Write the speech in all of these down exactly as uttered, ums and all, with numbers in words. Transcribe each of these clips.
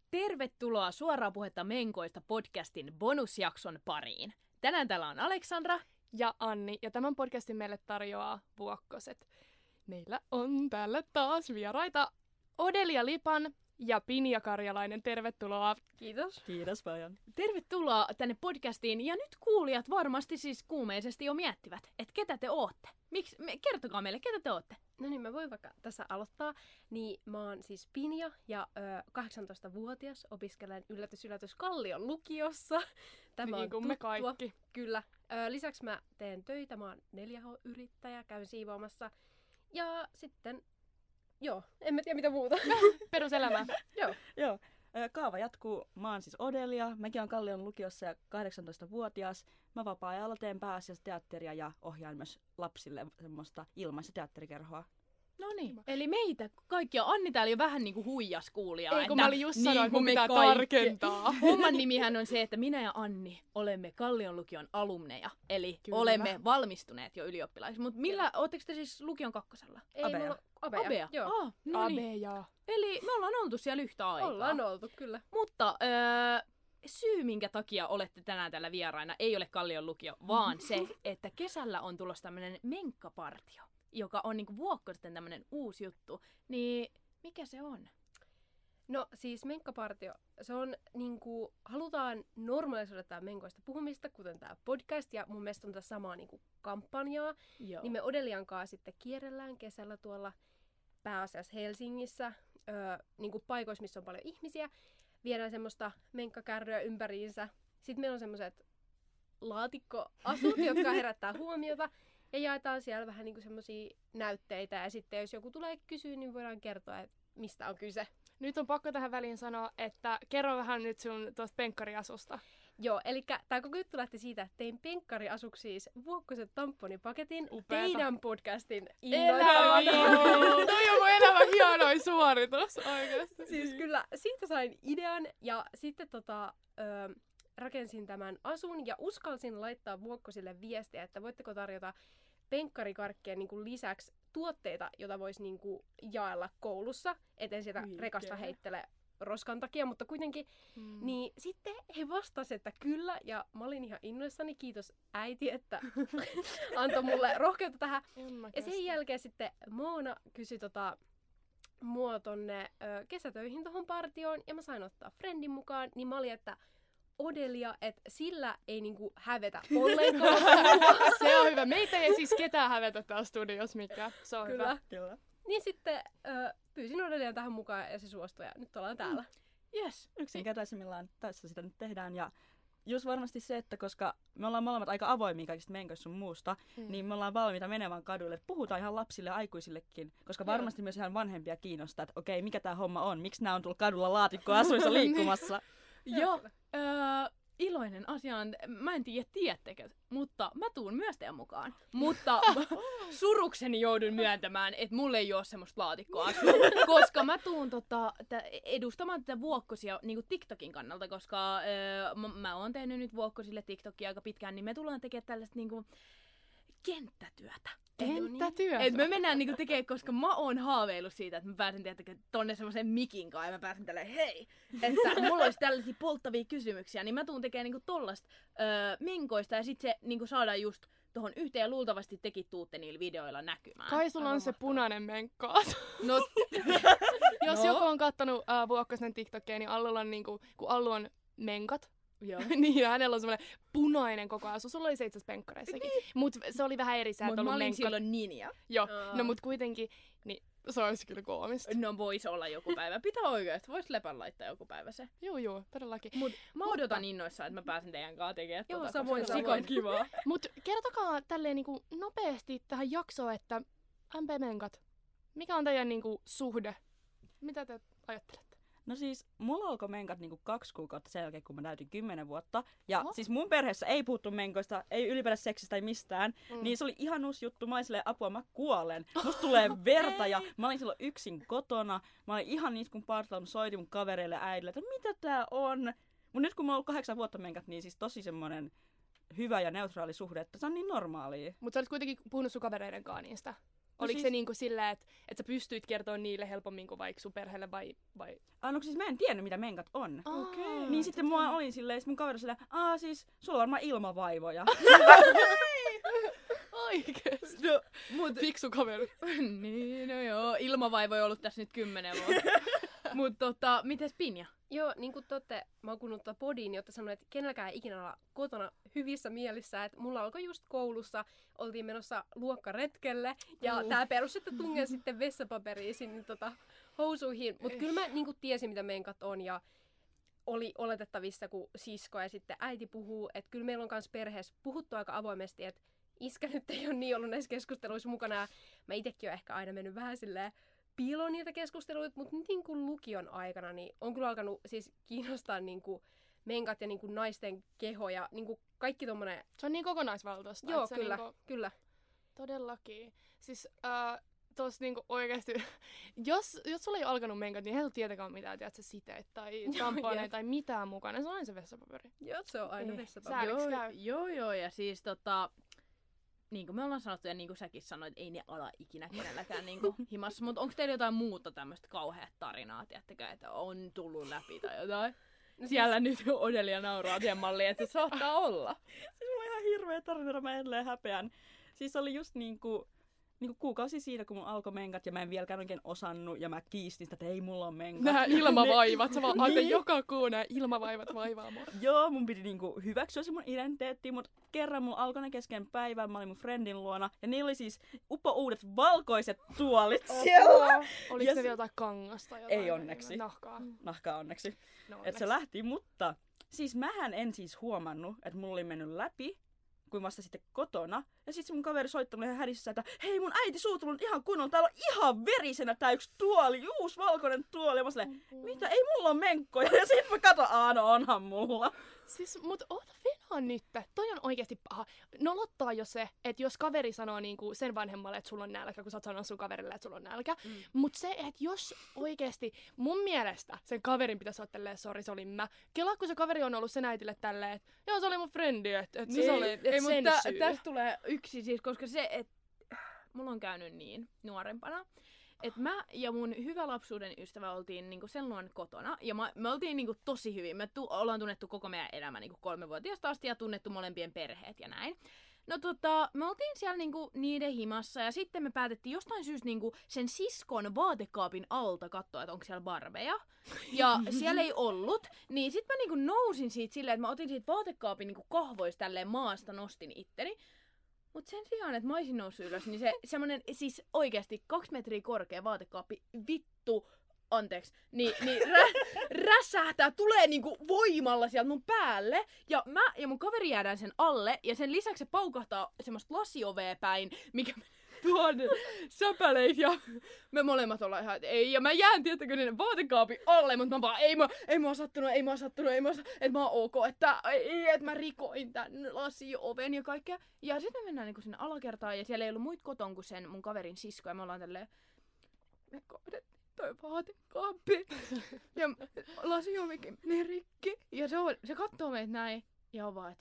Tervetuloa Suoraa puhetta menkoista podcastin bonusjakson pariin. Tänään täällä on Aleksandra ja Anni, ja tämän podcastin meille tarjoaa Vuokkoset. Meillä on täällä taas vieraita Odelia Lipan ja Pinja Karjalainen. Tervetuloa. Kiitos. Kiitos paljon. Tervetuloa tänne podcastiin, ja nyt kuulijat varmasti siis kuumeisesti jo miettivät, että ketä te ootte. Miksi? Kertokaa meille, ketä te ootte. No niin, mä voin vaikka tässä aloittaa. Niin mä oon siis Pinja ja ö, kahdeksantoistavuotias, opiskelen yllätys yllätys Kallion lukiossa. Tämä niin on kuin me tuttua. kaikki. Kyllä. Ö, lisäksi mä teen töitä, mä oon neljä H-yrittäjä, käyn siivoamassa. Ja sitten, joo, en mä tiedä mitä muuta. Peruselämä. Joo. Joo. Kaava jatkuu. Mä oon siis Odelia. Mäkin oon Kallion lukiossa ja kahdeksantoistavuotias. Mä vapaa-ajalla teen pääasiassa teatteria ja ohjaan myös lapsille semmoista ilmaista teatterikerhoa. No niin, eli meitä kaikkia. Anni täällä jo vähän niinku huijas kuulijaa. Ei kun että mä olin just sanoa, että mun me pitää kaikki. tarkentaa. Homman nimihän on se, että minä ja Anni olemme Kallion lukion alumneja. Eli Kyllä. olemme valmistuneet jo ylioppilaiksi. Mutta millä, ootteko te siis lukion kakkosella? Ei, Abea. mulla on Abea. Abea? Joo. Ah, no niin. Abea. Eli me ollaan oltu siellä yhtä aikaa. Ollaan oltu, kyllä. Mutta öö, syy, minkä takia olette tänään täällä vieraina, ei ole Kallion lukio, vaan se, että kesällä on tulossa tämmönen menkkapartio, joka on niinku Vuokkosten tämmönen uusi juttu. Niin mikä se on? No siis menkkapartio, se on niinku, halutaan normalisoida tää menkoista puhumista, kuten tää podcast, ja mun mielestä on tätä samaa niinku kampanjaa. Joo. Niin me Odelian kanssa sitten kierrellään kesällä tuolla pääasiassa Helsingissä, öö, niinku paikoissa, missä on paljon ihmisiä. Viedään semmoista menkkakärryä ympäriinsä. Sitten meillä on semmoiset laatikkoasut, jotka herättää huomiota. Ja jaetaan siellä vähän niinku semmosia näytteitä. Ja sitten jos joku tulee kysyä, niin voidaan kertoa, että mistä on kyse. Nyt on pakko tähän väliin sanoa, että kerro vähän nyt sun tuosta penkkariasusta. Joo, eli tää koko juttu lähti siitä, että tein penkkariasuksi siis Vuokkoset tamponipaketin Upeata. teidän podcastin Elämä! innoittamana. Toi on mun elämän hienoin suoritus oikeesti. Siis kyllä, siitä sain idean ja sitten tota, ö, rakensin tämän asun ja uskalsin laittaa Vuokkosille viestiä, että voitteko tarjota penkkarikarkkeen niin kuin lisäksi tuotteita, joita voisi niin kuin jaella koulussa, eten sieltä Huikea. rekasta heittele roskan takia, mutta kuitenkin, Hmm. niin sitten he vastasivat, että kyllä, ja mä olin ihan innoissani, kiitos äiti, että antoi mulle rohkeutta tähän. En mä Ja kestä. sen jälkeen sitten Moona kysyi tota, mua tonne ö, kesätöihin tohon partioon, ja mä sain ottaa friendin mukaan, niin mä olin, että Odelia, että sillä ei niinku hävetä ollenkaan. Se on hyvä. Meitä ei siis ketään hävetä täällä studiossa mikään. Se on Kyllä. hyvä. Kyllä. Niin sitten ö, pyysin Odelian tähän mukaan ja se suostui ja nyt ollaan täällä. Yes. Yksinkertaisimmillaan tässä sitä nyt tehdään. Ja just varmasti se, että koska me ollaan molemmat aika avoimia kaikista menkoista sun muusta, Hmm. niin me ollaan valmiita menemään kaduille. Että puhutaan ihan lapsille ja aikuisillekin. Koska varmasti myös ihan vanhempia kiinnostaa, että okei, mikä tää homma on? Miksi nämä on tullut kadulla laatikkoasuissa liikkumassa? Joo. Öö, iloinen asia on, mä en tiedä, tiedättekö, mutta mä tuun myös teidän mukaan. Mutta surukseni joudun myöntämään, että mulla ei ole semmoista laatikkoa, koska mä tuun tota, tä, edustamaan tätä Vuokkosia niinku TikTokin kannalta, koska öö, mä, mä oon tehnyt nyt Vuokkosille TikTokia aika pitkään, niin me tullaan tekemään tällaista niinku kenttätyötä. Kenttätyötä. Et me mennään niinku tekemään, koska mä oon haaveillut siitä, että mä pääsen tietenkin tonne semmoisen mikin kanssa ja mä pääsen tälleen hei, että mulla olisi tällaisia polttavia kysymyksiä, niin mä tuun tekemään niinku tollasta öö, menkoista ja sit se niinku saadaan just tohon yhteen ja luultavasti tekin tuutte niillä videoilla näkymään. Kai sulla on Aivan se mahtavaa. punainen menkkaasu. No, Jos No. joku on kattonut uh, Vuokkosen TikTokia, niin Allulla on niinku, kun Allu on menkat, joo. niin ja hänellä on semmoinen punainen koko asu. Sulla oli se itse asiassa penkkareissakin. Mut se oli vähän eri, sä et Mut mä ollut olin menkka. silloin ninja. Joo, Aa. no mut kuitenkin, niin se olisi kyllä koomista. No vois olla joku päivä. Pitää oikeesti, vois lepän laittaa joku päivä se. Joo, joo, todellakin. Mut mä odotan innoissaan, että mä pääsen teidän kanssa tekemään Joo, tota, samoin, koska se on samoin. sikon kivaa. Mut kertokaa tälleen niinku nopeasti tähän jaksoon, että M P-menkat, mikä on teidän niinku suhde? Mitä te ajattelette? No siis, mulla alkoi menkat niinku kaksi kuukautta sen jälkeen, kun mä täytin kymmenen vuotta. Ja Oho. siis mun perheessä ei puhuttu menkoista, ei ylipäätään seksistä tai mistään. Mm. Niin se oli ihan uusi juttu. Mä olin silleen, apua, mä kuolen. Musta tulee verta ja mä olin silloin yksin kotona. Mä olin ihan niiskun partalla, mä soitin mun kavereille ja äidille, että mitä tää on? Mut nyt kun mä oon ollut kahdeksan vuotta menkat, niin siis tosi semmonen hyvä ja neutraali suhde, että se on niin normaalia. Mut sä olit kuitenkin puhunut sun kavereiden kanssa niistä. Oliko siis- se niinku silleen, että et sä pystyit kertoa niille helpommin kuin vaikka sun perheelle vai... vai... Ah, no siis mä en tiennyt, mitä menkat on. Okei. Niin sitten mua oli silleen, sit mun kaveri silleen, aa siis, sulla on varmaan ilmavaivoja. Oikeesti. No, mut, Fiksu kaveri. niin, no joo, ilmavaivo on ollut tässä nyt kymmenen vuotta. Mut tota, mites Pinja? Joo, niin kuin te ootte, mä oon kuunnut tuota podiin, jotta sanoin, että kenelläkään ei ikinä olla kotona hyvissä mielissä. Että mulla alkoi just koulussa, oltiin menossa luokkaretkelle, ja Mm. tää perus, että tungen sitten vessapaperiin sinne tota, housuihin. Mut kyllä mä niin kuin tiesin, mitä menkat on, ja oli oletettavissa, kun sisko ja sitten äiti puhuu, että kyllä meillä on myös perheessä puhuttu aika avoimesti, että iskä nyt ei ole niin ollut näissä keskusteluissa mukana. Ja mä itekin oon ehkä aina mennyt vähän silleen piiloon niitä keskusteluita, mutta niin kuin lukion aikana niin on kyllä alkanut siis kiinnostaa niin kuin menkat ja niin kuin naisten keho ja niin kuin kaikki tommonen. Se on niin kokonaisvaltaista. Joo, että se kyllä, Niinku, kyllä. todellakin. Siis äh, tos niinku oikeesti, jos, jos sulla ei ole alkanut menkat, niin ei ole tietenkään mitään, tiedätkö, siteet tai tamponeita jep. tai mitään mukana. Se on aina se vessapaperi. Joo, se on aina Eh, vessapaperi. Sääliks Joo, käy? joo, joo, ja siis tota, niin kuin me ollaan sanottu ja niin kuin säkin sanoit, ei ne ala ikinä kenelläkään niin kuin himassa, mutta onko teillä jotain muuta tämmöistä kauheat tarinaa, tiedättekö, että on tullut läpi tai jotain? No Siellä nyt Odelia nauraa siihen malliin, että se saattaa olla. Siis mulla on ihan hirveä tarina, mä edelleen häpeän. Siis oli just niinku, niinku kuukausi siitä, kun mun alkoi menkat ja mä en vieläkään oikein osannut ja mä kiistin sitä, että ei mulla on menkat. Nämä ilmavaivat, sä vaan Niin. aina joka kuu nämä ilmavaivat vaivaa mua. Joo, mun piti niinku hyväksyä se mun identiteetti, mutta kerran mulla alkoi ne kesken päivän, mä olin mun friendin luona ja niillä oli siis upo uudet valkoiset tuolit siellä. Oliko Ja ne se- vielä jotain kangasta? Jotain Ei onneksi. Nahkaa. Nahkaa onneksi. No, Että onneksi. se lähti, mutta siis mähän en siis huomannut, että mulla oli mennyt läpi, kuin vasta sitten kotona. Ja sitten mun kaveri soitti mulle ihan hädissä, että hei mun äiti suutunut nyt ihan kunnolla, täällä on ihan verisenä tää yksi tuoli, uusi valkoinen tuoli. Ja mä silleen, mitä, ei mulla on menkkoja. Ja sit mä katon, aah no onhan mulla. Siis, mut oota venaa nyt. Toi on oikeesti paha. Nolottaa jo se, että jos kaveri sanoo niinku sen vanhemmalle, että sulla on nälkä, kun sä oot sanonut sun kaverille, että sulla on nälkä. Mm. Mut se, että jos oikeesti, mun mielestä sen kaverin pitäisi olla tälleen, sori se olin mä. Kelaa, kun se kaveri on ollut sen äitille tälleen, että joo se oli mun frendi, että et Niin, se oli et ei, sen mutta syy. tästä tulee yksi siis, koska se, että mulla on käynyt niin nuorempana, että mä ja mun hyvä lapsuuden ystävä oltiin niinku sen luon kotona, ja mä, me oltiin niinku tosi hyvin. Me tu, ollaan tunnettu koko meidän elämä niinku kolmevuotiaasta asti ja tunnettu molempien perheet ja näin. No tota, me oltiin siellä niinku niiden himassa ja sitten me päätettiin jostain syystä niinku sen siskon vaatekaapin alta katsoa, että onko siellä barbeja. Ja siellä ei ollut. Niin sit mä niinku nousin siitä silleen, että mä otin siitä vaatekaapin niinku kahvoista tälleen maasta, nostin itteni. Mut sen sijaan, että mä olisin noussut ylös, niin se semmonen siis oikeasti kaksi metriä korkea vaatekaappi, vittu, anteeksi, niin, niin rä, räsähtää, tulee niinku voimalla sieltä mun päälle. Ja mä ja mun kaveri jäädään sen alle, ja sen lisäksi se paukahtaa semmoista lasiovea päin, mikä tuonne säpäleit, ja me molemmat ollaan ihan, että ei, ja mä jään tiettäkö ne vaatekaapin alle, mutta mä vaan, ei mä, ei mä sattunut, ei mä sattunut, ei mä sattunut, että mä oon ok, että ei, että mä rikoin tän lasioven ja kaikkea. Ja sitten me mennään niinku sinne alakertaan, ja siellä ei ollut muita koton kuin sen mun kaverin sisko, ja me ollaan tälleen, me kaadettiin toi vaatekaappi, ja lasiovikin menee rikki, ja se, on, se katsoo meitä näin, ja on vaan, että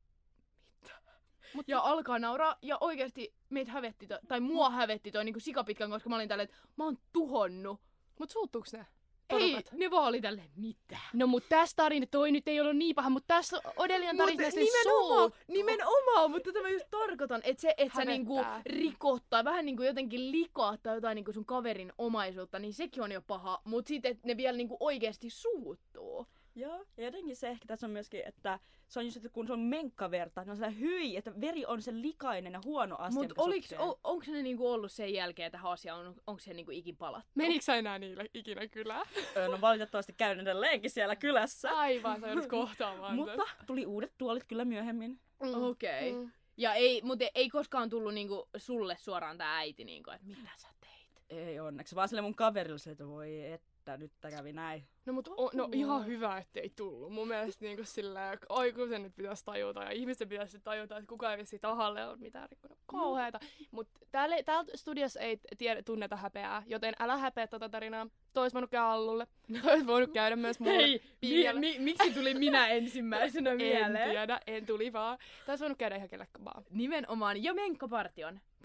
ja alkaa nauraa, ja oikeesti meitä hävetti toi, tai mua hävetti toi niinku sikapitkän, koska mä olin tälleen, että mä oon tuhonnut. Mut suuttuuks ne? Ei, Porukat? ne vaan oli tälleen, mitä? No mut tässä tarina, toi nyt ei ollut niin paha, mutta tässä Odelian tarinassa se nimenomaan, suuttu. nimenomaan, mutta tätä mä just tarkoitan, että se, että sä Hävettää. niinku rikot tai vähän niinku jotenkin likaat tai jotain niinku sun kaverin omaisuutta, niin sekin on jo paha, mut sitten että ne vielä niinku oikeesti suuttuu. Joo, ja jotenkin se ehkä tässä on myöskin, että se on just, että kun se on menkkaverta, niin on sellainen hyi, että veri on se likainen ja huono asia, Mut mikä oliks, suhteen. o, onko ne niinku ollut sen jälkeen tähän asiaan, on, onko se niinku ikin palattu? Menikö sä enää niille ikinä kylään? Öö, no valitettavasti käyn edelleenkin siellä kylässä. Aivan, sä joudut kohtaamaan Mutta tuli uudet tuolit kyllä myöhemmin. Mm. Okei. Okay. Mm. Ja ei, mutta ei koskaan tullut niinku sulle suoraan tää äiti, niinku, että mitä sä teit? Ei onneksi, vaan sille mun kaverille se, että voi että nyt tää kävi näin. No mut o, no ihan hyvä, ettei tullut. Mun mielestä niinku silleen, aikuisen nyt pitäisi tajuta ja ihmisten pitäisi tajuta, että kukaan ei vissi tahalle ole mitään rikkonut. Kauheeta. Mut täällä, täällä studiossa ei tiedä, tunneta häpeää, joten älä häpeä tota tarinaa. Toi ois voinut käydä Allulle. Toi ois voinut käydä myös mulle. Hei, mi, Pinjalle. mi, miksi tuli minä ensimmäisenä En mieleen? tiedä, en tuli vaan. Tää ois voinut käydä ihan kelle vaan. Nimenomaan, ja Menkkapartion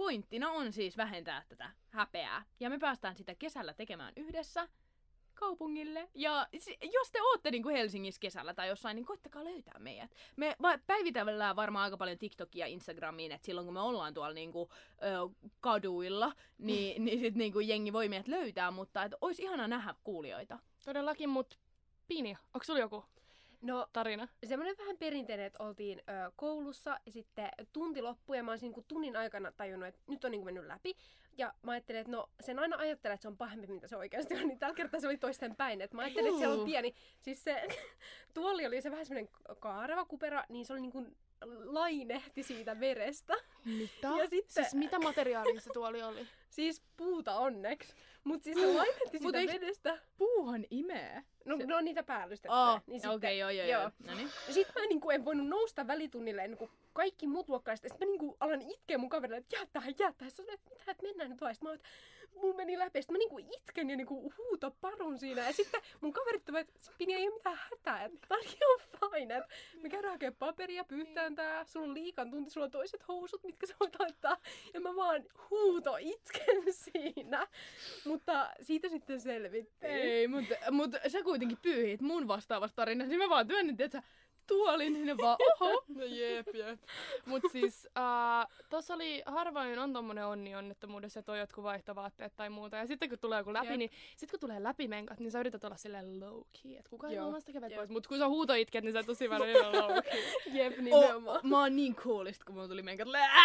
pointtina on siis vähentää tätä häpeää. Ja me päästään sitä kesällä tekemään yhdessä kaupungille. Ja jos te ootte niinku Helsingissä kesällä tai jossain, niin koittakaa löytää meidät. Me va- päivitellään varmaan aika paljon TikTokia ja Instagramiin, että silloin kun me ollaan tuolla niinku, ö, kaduilla, niin, niin sit niinku jengi voi meidät löytää, mutta et olisi ihana nähdä kuulijoita. Todellakin, mut Piini, onko sulla joku No, tarina? semmoinen vähän perinteinen, että oltiin ö, koulussa ja sitten tunti loppui ja mä olisin niin tunnin aikana tajunnut, että nyt on niin mennyt läpi. Ja mä ajattelin, että no sen aina ajattelee, että se on pahempi, mitä se oikeasti on, niin tällä kertaa se oli toisten päin. Et mä ajattelin, että siellä on pieni, siis se tuoli oli se vähän semmoinen kaareva kupera, niin se oli niin kuin lainehti siitä verestä. Mitä? Ja sitten, Siis mitä materiaalia se tuoli oli? siis puuta onneksi, mutta siis se lainehti Mut siitä eikö- vedestä. Puuhan imee. No, se- no niitä päällystettyjä. Oh, niin okei, okay, joo, joo, joo. joo. No niin. Sitten mä niinku en voinut nousta välitunnille ennen kuin kaikki muut luokkalaiset. Sitten mä niinku alan itkeä mun kaverille, että jää tähän, jää tähän. Sitten että mitä, että mennään nyt vaan. Sitten mä oon, että mulla meni läpi. Sitten mä niinku itken ja niinku huuto parun siinä. Ja sitten mun kaverit ovat, että Pini ei ole mitään hätää. Että tää on ihan fine. Että me käydään hakemaan paperia, pyyhtään tää. Sulla on liikan tunti, sulla on toiset housut, mitkä sä voit laittaa. Ja mä vaan huuto itken siinä. Mutta siitä sitten selvittiin. Ei, mutta mut sä kuitenkin pyyhit mun vastaavasta tarinasta, niin mä vaan työnnin, että sä tuolin, niin ne vaan, oho. No jep, jep. Mut siis uh, tossa oli harvoin on tommonen onni onnettomuudessa, että on jotkut vaihtovaatteet tai muuta. Ja sitten kun tulee joku läpi, Jep. niin sit kun tulee läpimenkat, niin sä yrität olla silleen low key, että kukaan ei Joo. huomaa sitä kävet Jep. pois. Mut kun sä huuto itket, niin sä tosi vähän ihan low key. Jep, Oh, nimenomaan. mä oon niin coolista, kun mulla tuli menkat.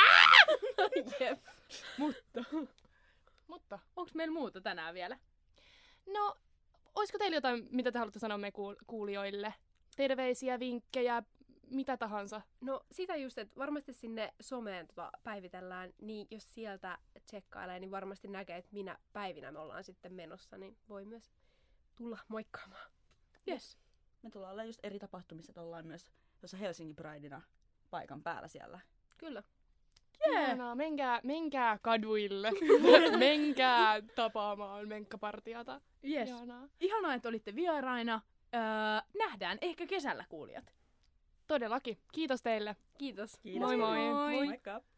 Jep. Mutta Mutta, onks meillä muuta tänään vielä? no, oisko teillä jotain, mitä te haluatte sanoa meidän kuul- kuulijoille? Terveisiä, vinkkejä, mitä tahansa. No sitä just, että varmasti sinne someen tota päivitellään, niin jos sieltä tsekkailee, niin varmasti näkee, että minä päivinä me ollaan sitten menossa, niin voi myös tulla moikkaamaan. Yes. Me tullaan olemaan just eri tapahtumissa, että ollaan myös tuossa Helsingin Pridena paikan päällä siellä. Kyllä. Yeah. Ihanaa, menkää, menkää kaduille, menkää tapaamaan menkkapartiata. Yes. Ihanaa. Ihanaa, että olitte vieraina. Öö, nähdään ehkä kesällä, kuulijat. Todellakin. Kiitos teille. Kiitos. Kiitos. Moi moi. Moi. Moikka!